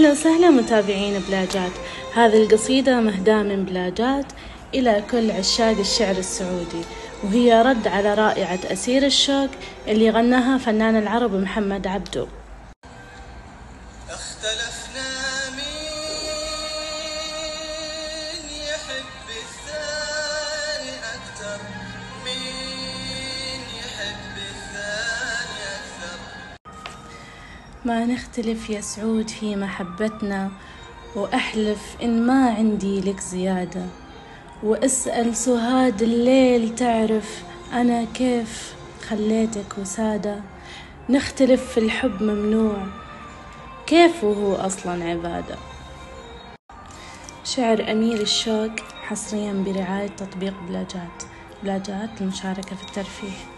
أهلا وسهلا متابعين بلاجات. هذه القصيدة مهداة من بلاجات إلى كل عشاق الشعر السعودي، وهي رد على رائعة أسير الشوق اللي غناها فنان العرب محمد عبدو. اختلفنا مين يحب الثاني أكثر، مين يحب الثاني أكثر. ما نختلف يا سعود في محبتنا، وأحلف إن ما عندي لك زيادة، واسأل سهاد الليل تعرف أنا كيف خليتك وسادة. نختلف في الحب ممنوع، كيف وهو أصلا عبادة. شعر أمير الشوق حصريا برعاية تطبيق بلاجات. بلاجات للمشاركة في الترفيه.